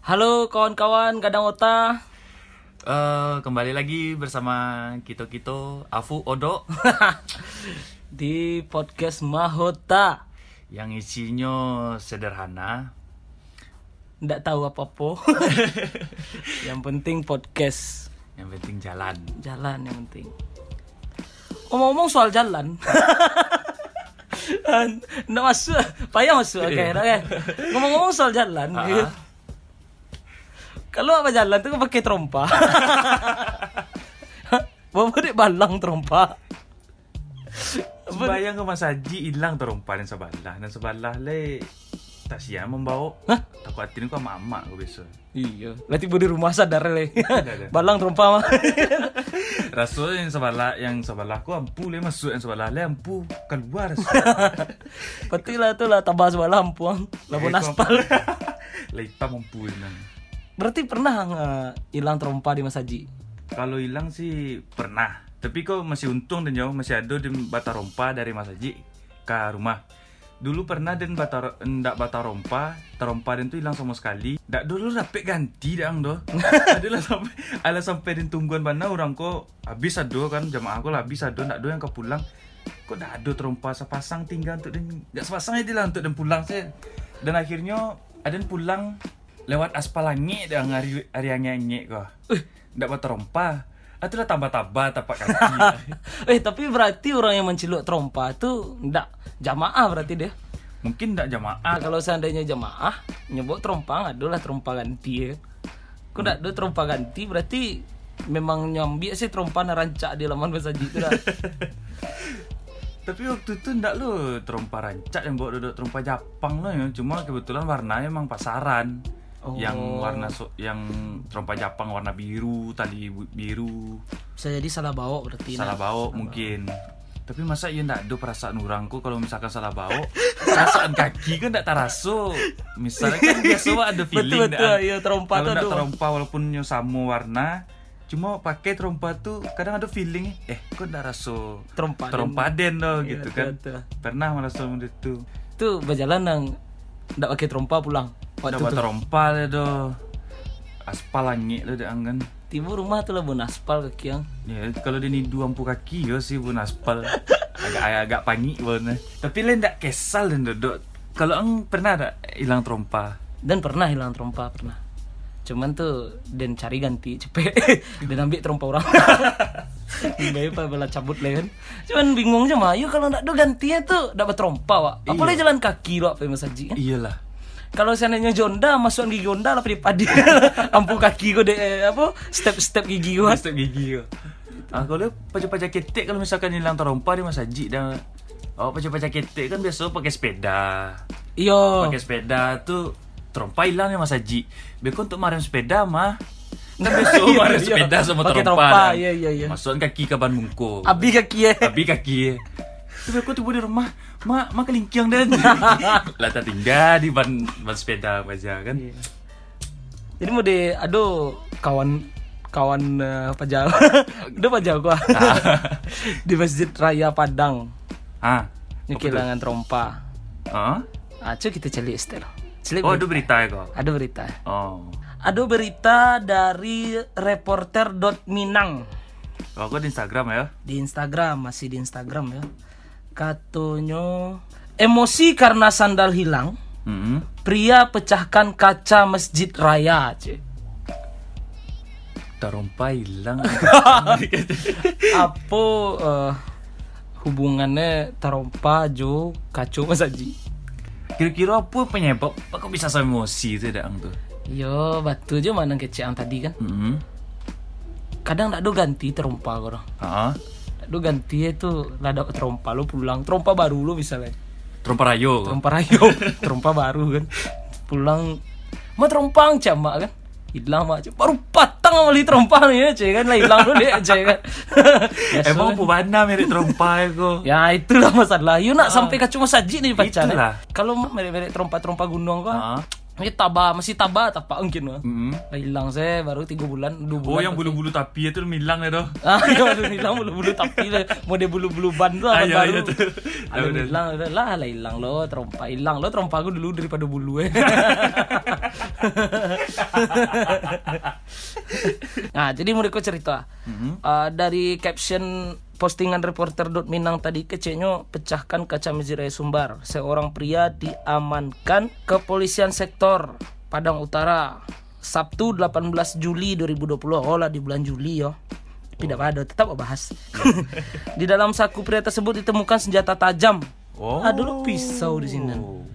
Halo kawan-kawan Kadang Ota. Kembali lagi bersama Kito Afu Odo di podcast Mahota yang isinya sederhana, nggak tahu apa-apa. Yang penting podcast, yang penting jalan yang penting. Ngomong-ngomong soal jalan, nggak masuk, payah masuk. Oke. Ngomong-ngomong soal jalan, gitu. Kalau apa jalan tuh pakai trompa. Bawa dek balang trompa. Bayang ke Mas Haji hilang terompa dan sebalah le tak siap membawa. Takut hati ni kau mama kau besok. Iya, nanti di rumah sadar le. Balang trompa mah. Rasanya yang sebelah ku ampu le masuk, yang sebelah le ampu keluar. Pati lah tu lah tambah sebelah ampuang. Labon aspal. Hitam ampu hilang. Berarti pernah hilang trompa di Mas Haji? Kalau hilang sih pernah. Tapi kok masih untung dan jauh masih ada di bata rompa dari Mas Haji ke rumah. Dulu pernah dan ndak bata rompa, terompa dan tu hilang sama sekali. Ndak dulu dapat ganti dang doh. Adalah sampai di tungguan mana orang kok habis ado kan jamaah aku lah habis ado ndak do yang ke pulang. Kok ndak ada terompa sepasang tinggal untuk dan ndak sepasang aja lah untuk dan pulang saya. Dan akhirnya ada pulang lewat aspal langit dah hari angin kau. Ndak bata rompa. Itulah tambah-tambah tapak kaki. Tapi berarti orang yang menceluk trompa tu ndak jamaah berarti dia. Mungkin ndak jamaah. Kalau seandainya jamaah nyebut trompa adalah trompa ganti ya. Kau ndak ada trompa ganti berarti memang nyambi sih trompa narancak di laman Mas Haji tu dah. Tapi waktu itu ndak lo trompa rancak yang bawa duduk trompa Jepang lo ya. Cuma kebetulan warnanya emang pasaran. Yang warna yang trompa Jepang warna biru, tali biru. Bisa jadi salah bawa berarti. Salah bawa mungkin. Tapi masa iya ndak ada perasaan orangku kalau misalkan salah bawa, perasaan kaki kan ndak taraso. Misalnya kan biasa ada feeling. Betul ya trompa kalau tu. Kalau trompa walaupun sama warna, cuma pakai trompa tu kadang ada feeling kok ndak raso trompa den loh gitu kan. Pernah merasa itu. Tu berjalan yang ndak pakai trompa pulang. Udah buat trompa le do. Aspal langit le dah anggan. Tiba rumah tu lah bun aspal kaki yang. Ya, kalau dia ni dua ampu kaki yo sih bun aspal. agak panik bun. Tapi le ndak kesal dan duduk. Kalau ang pernah tak hilang trompa? Dan pernah hilang trompa, pernah. Cuman tuh dan cari ganti cepet. Dan ambil trompa orang. Baik pak bela cabut le kan. Cuman bingung je mah. Yo kalau ndak do gantinya tuh dapat trompa wak. Apalagi jalan kaki lo apa Mas Haji kan? Iyalah. Kalau seandainya Jonda masuk gigi Jonda lah padi ampu kaki gue step gigi gue. Step gigi gue. Kalau pajak ketek kalau misalkan hilang terompa di Mas Haji dah. Pajak ketek kan biasa pakai sepeda. Iyo. Pakai sepeda tuh terompa hilang ya Mas Haji. Beko untuk marem sepeda mah. Kan biasa marem sepeda sama terompa. Iya. Masukkan kaki ke ban mungko. Abi kaki. Tapi aku tiba di rumah, mak kelingkiang dan lah tak tinggal di ban sepeda aja kan. Iya. Jadi mau kawan pajal, udah pajal gua di Masjid Raya Padang. Ini kehilangan trompa. Coba kita cari style. Ada berita ya kok? Ada berita. Ada berita dari reporter.minang. Aku di Instagram ya? Masih di Instagram ya. Katanya emosi karena sandal hilang. Pria pecahkan kaca masjid raya. Terompa hilang. Apa hubungannya terompa jo kaca Mas Haji? Kira-kira apa penyebab kok bisa sampai emosi itu dang tuh? Yo batu aja mana kecil tadi kan. Kadang tak ada ganti terompa orang. Do ganti itu lah dapat trompa lo pulang trompa baru lo misalnya trompa rayo trompa baru kan pulang mah trompang cama kan hilang mah baru patang amali trompa nih kan lah hilang lo deh kan. Emang pubana mirip trompa itu ya itulah masalah. Yo nak sampai kacu Mas Haji nih pacar kalau mirip trompa gunung kok Ini masih tabah mungkin mah. Hilang saya baru 3 bulan, 2 bulan. Oh, yang bulu-bulu tapi itu hilang ya doh. Iya, hilang bulu-bulu tapi mode bulu-bulu ban tuh apa baru. Ada hilang lah hilang lo trompa aku dulu daripada bulu Nah, jadi mau cerita. Dari caption postingan reporter.minang tadi, keceknya pecahkan kaca Masjid Raya Sumbar. Seorang pria diamankan kepolisian sektor Padang Utara Sabtu 18 Juli 2020. Oh lah di bulan Juli yo. Tidak ada, tetap bahas. Di dalam saku pria tersebut ditemukan senjata tajam. Ada lo pisau di sini.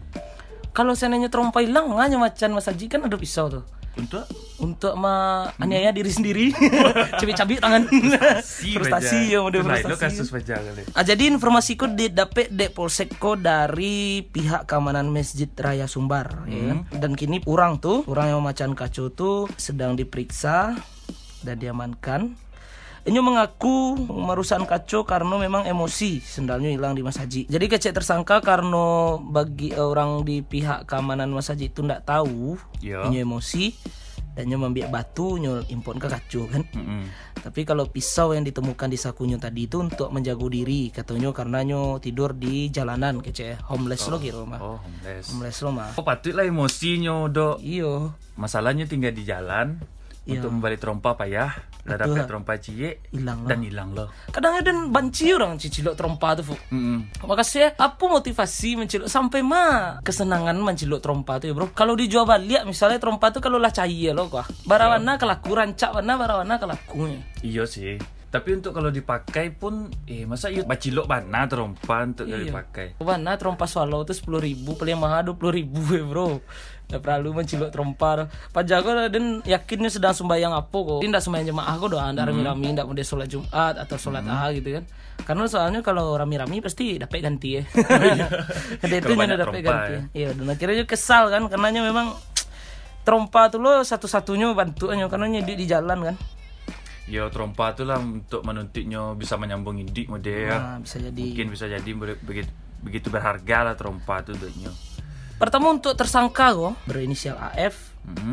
Kalau seandainya trompa hilang, hanya macan Mas Haji kan ada pisau tuh. Untuk aniaya diri sendiri. Cabik-cabik tangan. Frustasi ya, mode frustasi. Jadi informasiku didapat Dek Polsekko dari pihak keamanan Masjid Raya Sumbar ya. Dan kini orang yang macan kacau tuh sedang diperiksa dan diamankan. Ini mengaku merusak kacau karena memang emosi sendalnya hilang di Mas Haji. Jadi kecek tersangka karena bagi orang di pihak keamanan Mas Haji itu ndak tahu ini emosi dan nyo membiak batu nyo impon ke kacau kan. Tapi kalau pisau yang ditemukan di sakunya tadi itu untuk menjaga diri katanya, karena nyo tidur di jalanan kecek homeless lo kira mah. Homeless lo mah. Patutlah emosinya dok. Iyo. Masalahnya tinggal di jalan. Untuk membalik trompa payah, dah dapat trompa cie hilang lo. Kadang ada banci orang cicilok trompa tu. Makasih ya. Apa motivasi mencilok sampai kesenangan mencilok trompa tu ya bro? Kalau dijual balik misalnya trompa tu kalau lah cair lo kah. Barawana kelaku rancak barawana kelakunya. Iya sih. Tapi untuk kalau dipakai pun masa bacilok bana trompa untuk dipakai. Bana trompa swallow tu 10.000, paling mahal 20.000 ya bro. Dah perlu mencilok trompa. Pajago dan yakinnya sedang sembahyang apa kok. Dia tidak sembahyang jemaah kok doa anda rami-rami, tidak mau sholat Jumat atau sholat gitu kan. Karena soalnya kalau rami-rami pasti dapat ganti ya. Kada itu yang dapat ganti. Iya, dan akhirnya kesal kan, karenanya memang trompa tu lo satu-satunya bantuannya karena di jalan kan. Ya trompa tu lah untuk menuntutnya bisa menyambung indik model. Bisa jadi. Mungkin bisa jadi begitu berharga lah trompa tu duitnya. Pertama untuk tersangka kok berinisial AF,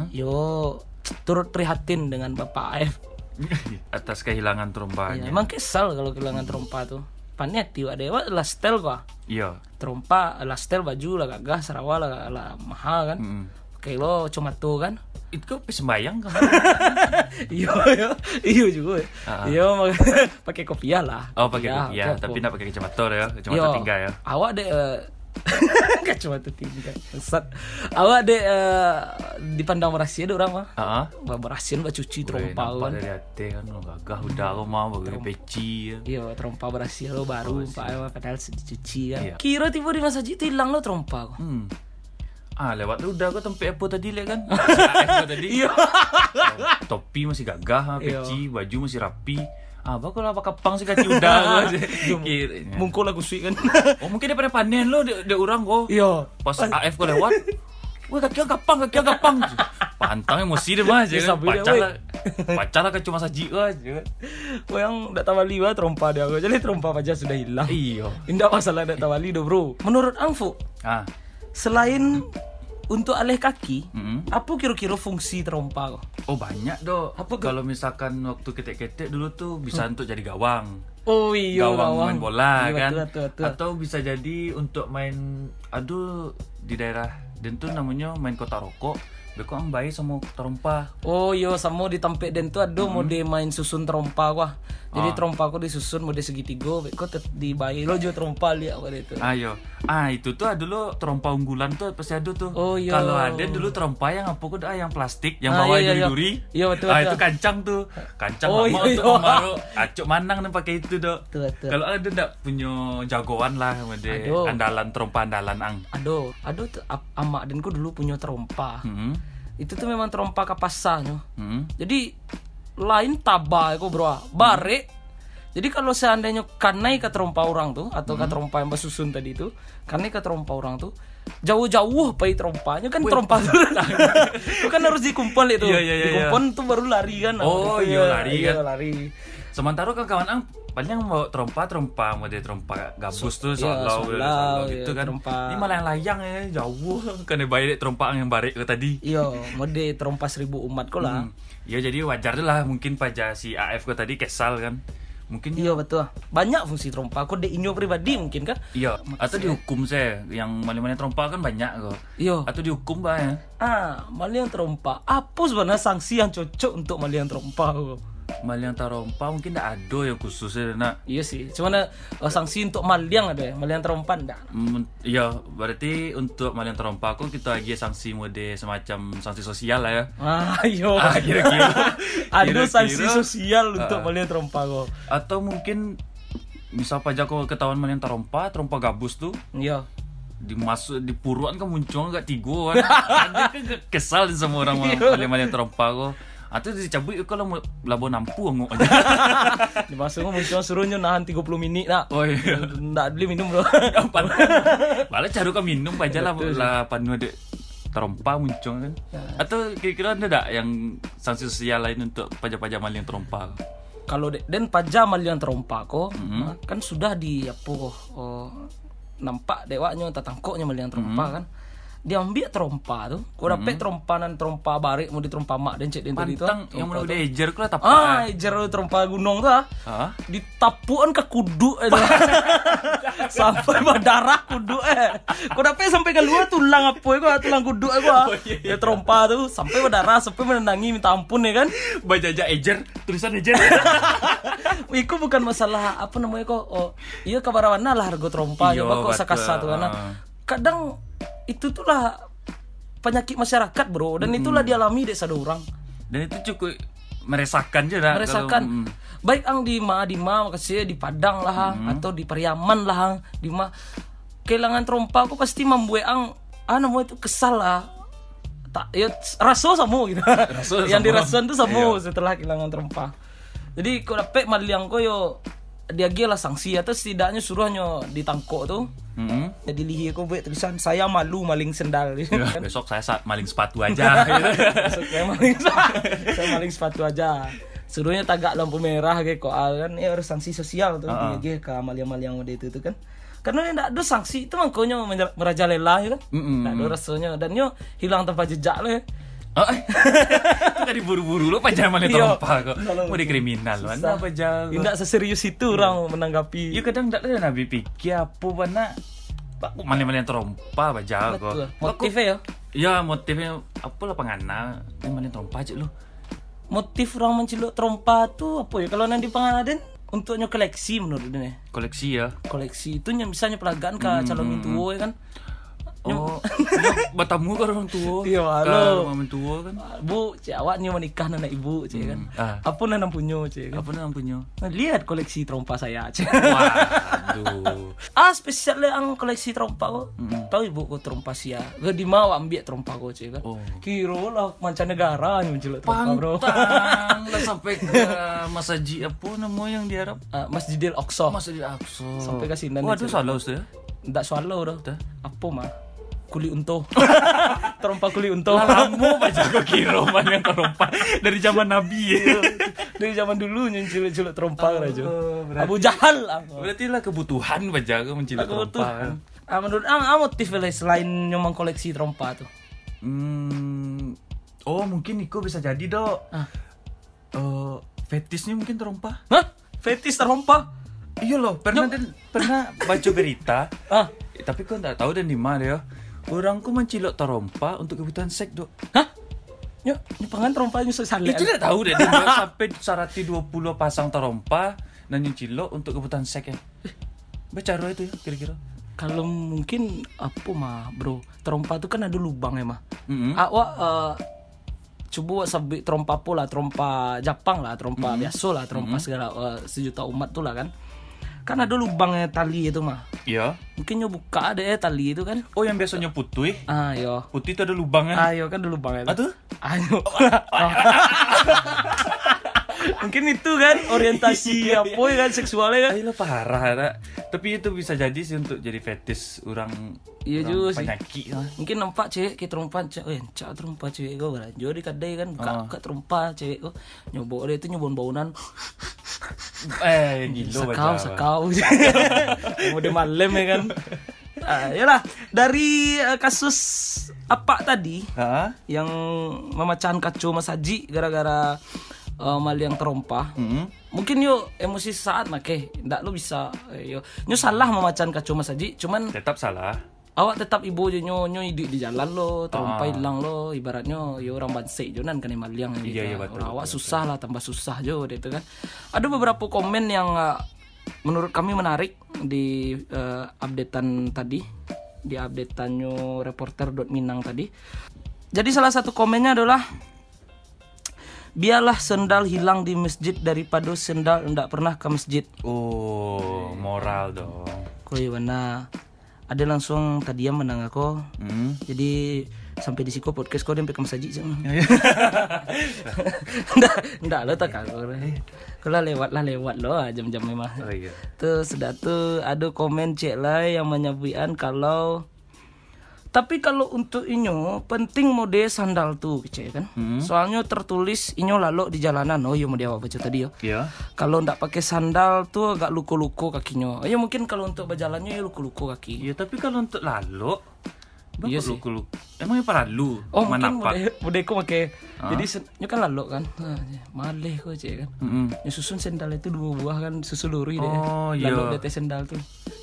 yo turut prihatin dengan Bapak AF atas kehilangan trompanya. Emang kesal kalau kehilangan trompa tuh. Paniat tiwa dewa lastel kok. Iya. Trompa lastel baju lah gagah Sarawak lah mahal kan. Oke lo cuma tuh kan. Itu sembayang kan? Iya juga. Iya pakai kopiah lah. Oh pakai kopiah, tapi nak pakai kacamata ya, kacamata tinggal ya. Awak deh kacamata tinggal. Sat. Awak deh dipandang berasia deh orang mah. Berasia mbak cuci trompa kan. Dari hati kan gagah udah lo mau bagi peci ya. Iya trompa berasia lo baru padahal dicuci kan. Kira tiba di Mas Haji itu hilang lo trompa kok. Lewat udah kok tempat apa tadi lihat kan. AF tadi. Iya. Topi masih gagah, peci, baju masih rapi. Bakal apa kapang sih kaci udah. Mungkul aku sih kan. Oh mungkin dia pada panen lo dia orang kok. Iya. Pas AF kok lewat. Wah kaki kapang. Pantang emosi dia mah aja. Pacar ke cuma saji aja. Wah yang dak tawali bah trompa dia. Jadi trompa aja sudah hilang. Iya. Indah masalah dak tawali do bro. Menurut Angfu. Selain untuk alih kaki, apa kira-kira fungsi trompa kok? Oh banyak dok. Kalau misalkan waktu ketek-ketek dulu tuh bisa untuk jadi gawang. Oh iya gawang main bola iya, kan. Betul. Atau bisa jadi untuk main di daerah dan tuh namanya main kotak rokok. Beko ang bayi sama trompa. Oh iya sama di tempat den tuh ada mode main susun trompa wah. Jadi trompa aku disusun mode segitiga, beko di bayi lo juga trompa lihat apa itu. Ayo. Itu tuh dulu trompa unggulan tuh pasti ada tuh. Oh iya. Kalau ada dulu trompa yang apa kok yang plastik yang bawa duri-duri. Iya betul. Itu kancang tuh. Kancang lama untuk baru acuk manang nih pakai itu dok. Kalau ada ndak punya jagoan lah mode andalan trompa andalan ang. Aduh tuh amak denku dulu punya trompa. Itu tuh memang trompa kapasanya. Jadi lain tabah aku bro. Bare. Jadi kalau seandainya kanai ke trompa orang tuh atau ke trompa yang bersusun tadi itu, kanai ke trompa orang tuh jauh-jauh pai trompanya kan trompa tuh. Itu kan harus dikumpul itu. Iya. Dikumpul tuh baru lari kan. Oh, Gitu, iya, lari kan. lari. Sementara kan kawan ang paling mau trompa model trompa gabus tuh Iya, solau gitu iya, kan. trompa. Ini malah yang layang ya jauh kan baik trompa yang barek ke tadi. Iya, mode trompa 1000 umat kok lah. Ya jadi wajar lah mungkin pajak si AF kok tadi kesal kan. Mungkin Iya betul. Banyak fungsi trompa. Kok de inyo pribadi mungkin kan? iya atau dihukum saya yang maling-maling trompa kan banyak kok. Iya. Atau dihukum bah ya. Malian trompa. Apa sebenarnya sanksi yang cocok untuk malian trompa? Maling trompa mungkin tidak ada yang khususnya nak. Iya sih. Cuman sanksi untuk malian ada ya. Malian trompa enggak. Iya, berarti untuk maling trompa aku kita lagi sanksi mode semacam sanksi sosial lah ya. Iya. Kira-kira. Ada sanksi sosial untuk malian trompa kok. Atau mungkin misal pajak kau ketahuan maling trompa gabus tuh Iya. dipuruan kan muncul enggak tigo kan. Ada kan kesal sama orang maling trompa kok. Atau dicabut kalau mau labo nampu ngok aja. Dimasuk muncul suruhnya nahan 30 menit nak. Oh iya. Enggak beli minum bro. Malah caru kan minum aja lah panu ada trompa muncul kan. Atau kira-kira ada tak yang sanksi sosial lain untuk pajak-pajak maling trompa? Kalau dan pajak malian trompa kok kan sudah di nampak dewanya tatangkoknya malian trompa kan. Dia ambil trompa tuh. Kau dapat trompa barik mau di trompa mak dan cek tadi tu. Pantang yang udah ejer kau lah tapak. Ejer trompa gunung tu ditapuan ke kudu sampai berdarah kudu Kau dapat sampai keluar tulang tulang kudu ya trompa tu sampai berdarah sampai menendangi minta ampun ya kan. Bajaja ejer, tulisan ejer. Iku bukan masalah apa namanya kok. Iya kabar mana lah harga trompa ya kok sakasa tu kan. Kadang itu tuh lah penyakit masyarakat bro dan itulah dialami dek satu orang dan itu cukup meresahkan juga meresahkan baik ang di makasih di Padang lah atau di Pariaman lah di kehilangan trompa aku pasti membuat ang namanya itu kesal lah tak ya raso sama gitu yang dirasakan tuh sama setelah kehilangan trompa jadi kau dapet maliang kau yo dia lah sanksi atau setidaknya suruhnya ditangkok tuh. Jadi lihi aku buat tulisan saya malu maling sendal. Ya, besok saya maling sepatu aja. Besok saya maling sepatu aja. Suruhnya tagak lampu merah kayak koal kan. Ya harus sanksi sosial tuh. Dia ke maliang-maliang udah itu kan. Karena enggak ada sanksi itu makanya merajalela ya kan. Enggak ada rasanya dan yo hilang tanpa jejak lah. Itu kan diburu-buru lo pajak maling trompa kok. Mau di kriminal lo anda pajak. Tidak seserius itu orang menanggapi. Ya kadang tak ada nabi pikir apa mana maling-maling trompa pajak kok. Motifnya ya motifnya apa lah pengana maling trompa aja lo. Motif orang menceluk trompa tuh apa ya kalau nanti penganaden untuknya koleksi menurut dia. Koleksi ya. Koleksi itu misalnya pelagaan ke calon itu ya kan. Oh, bertamu ke orang tua. Iya, halo. Orang tua kan. Bu, cik awak ni menikah anak ibu, cik kan. Apa nanam punya, cik kan. Apa nanam punya? Lihat koleksi trompa saya, cik. Waduh. Spesial ang koleksi trompa ko. Tahu ibu ko trompa siya. Di mau ambil trompa ko, cik kan. Kira lah mancanegara yang menjeluk trompa, bro. Pantang lah sampai ke Masjid apa namanya yang diharap? Masjidil Aqsa. Masjidil Aqsa. Sampai ke sini. Waduh, salah ustaz ya? Ndak swallow dah. Apa mah? Kuli unto. Trompa kuli unto. Lama baca kok kira yang trompa dari zaman Nabi ya. Dari zaman dulu nyenciluk trompa aja. Abu Jahal. Berarti lah kebutuhan baca kok menciluk trompa. Menurut motif selain nyomong koleksi trompa tuh. Oh, mungkin Niko bisa jadi, Dok. Fetisnya mungkin trompa. Hah? Fetis trompa? Iya loh, pernah baca berita. Tapi kau tak tahu dan di mana ya. Orangku mencilok trompa untuk kebutuhan seks, Dok. Hah? Nyepangan trompa nyusul saleh. Itu tidak tahu deh, dia sampai sarati 20 pasang trompa dan nyilok untuk kebutuhan seks ya. Bicara itu ya kira-kira. Kalau mungkin apa mah, bro? Trompa itu kan ada lubang ya mah. Awak coba sabik trompa pola, trompa Jepang lah, trompa biasa lah, trompa segala sejuta umat tuh lah kan. Kan ada lubangnya tali itu mah. Iya. Mungkin nyo buka ada tali itu kan. Oh, yang biasanya putih. Iya. Putih itu ada lubangnya. Iya kan ada lubangnya. Aduh. Ayo. Mungkin itu kan orientasi apa ya kan seksualnya kan. Ayolah parah. Tapi itu bisa jadi sih untuk jadi fetis orang. Iya orang juga sih. penyakit lah. Mungkin nampak cewek ke terumpa, cak terumpa cewek kau belanja di kedai kan, buka terumpa cewek kau nyobok dia itu nyobon baunan. Gila Sakau. Mau malam ya kan. Yalah, dari kasus apa tadi yang memecahkan kacau Mas Haji gara-gara mal yang terompa. Mungkin yo emosi saat make ndak lo bisa yo salah memecahkan kacau Mas Haji, cuman tetap salah. Awak tetap ibu nyo hidup di jalan lo, terompa hilang lo, ibaratnya yo orang bansai jonan kan mal yang gitu. Iya, betul, awak susah lah, tambah susah jo itu kan. Ada beberapa komen yang menurut kami menarik di updatean tadi, di updateannya reporter.minang tadi. Jadi salah satu komennya adalah, biarlah sendal hilang di masjid daripada sendal enggak pernah ke masjid. Oh, moral dong. Koi mana ada langsung tadi yang menang aku. Jadi sampai di siko podcast kau sampai ke masjid sih. Ndak lo tak kau. Kalau lewat lo jam-jam memang. Oh iya. Terus sudah tuh ada komen cek lah yang menyebutkan kalau tapi kalau untuk inyo penting mode sandal tuh cek kan. Soalnya tertulis inyo lalu di jalanan. Oh iya mau dia baca tadi yo. Iya. Kalau ndak pakai sandal tuh agak luku-luku kakinya. Ya mungkin kalau untuk berjalannya ya luku-luku kaki. Iya, tapi kalau untuk lalu iya sih. Luku. Emang apa lalu? Oh mungkin Manapak. mode ko pakai. Jadi nyo kan lalu kan. Maleh ko cek kan. Nyo susun sandal itu 2 buah kan susuluri deh. Oh iya. Lalu dia sandal tuh.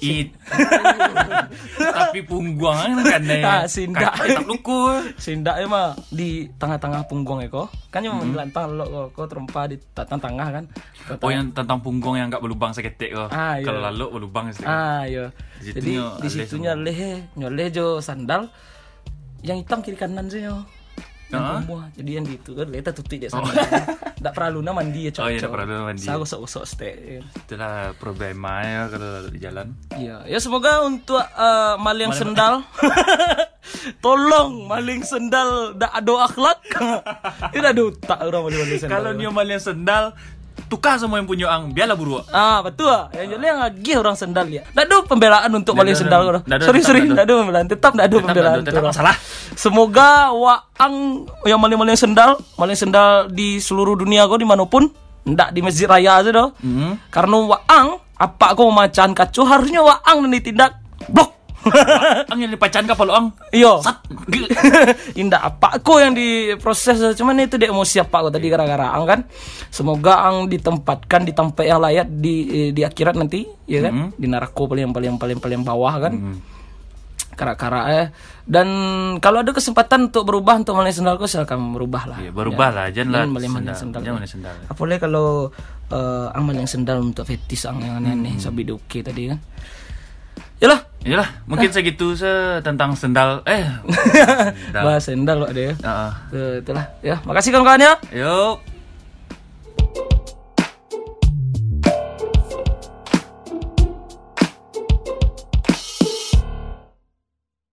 Tapi pungguan kan ya. Sindak tetap luku. Sindak mah di tengah-tengah punggung eko. Kan yang melantang lo kok terempa di tengah kan. Oh yang tentang punggung yang enggak berlubang seketik kok. Iya. Kalau lalu berlubang sedikit. Iya. Jadi di situnya nyoleh jo sandal yang hitam kiri kanan sih yo. Semua. Jadi yang gitu kan leta tutik dia sandal. Enggak perlu mandi ya cocok. Oh iya, enggak perlu mandi. Gosok-gosok stek. Itulah problema ya kalau di jalan. Iya, ya semoga untuk maling sendal tolong maling sendal dak ada akhlak. Tidak ada otak orang maling sendal. Kalau dia maling sendal tukar semua yang punya ang, biarlah buru. Betul. Yang jadi yang agih orang sendal ya. Enggak ada pembelaan untuk maling sendal. Sorry, enggak ada pembelaan. Tetap enggak ada pembelaan. Tetap masalah. Semoga waang yang maling sendal di seluruh dunia kau dimanapun, enggak di masjid raya aja doh. Karena waang apa kau memecahkan kacau harusnya waang dan ditindak blok. Ang yang dipacaran kapal ang. Iya. Indah apa kok yang diproses, cuman itu dia emosi apa kok tadi gara-gara ang kan. Semoga ang ditempatkan di tempat yang layak di akhirat nanti, ya kan? Di neraka paling bawah kan. Kara-kara dan kalau ada kesempatan untuk berubah untuk maling sendalku silakan berubah lah. Iya, berubah lah, jangan maling sendal. Jangan maling sendal. Apalagi kalau ang maling sendal untuk fetis ang yang aneh-aneh sabi doke tadi kan. Yalah, mungkin segitu tentang sendal. Bahas sendal loh ada ya. Itulah. Ya, makasih kawan-kawan ya. Yuk.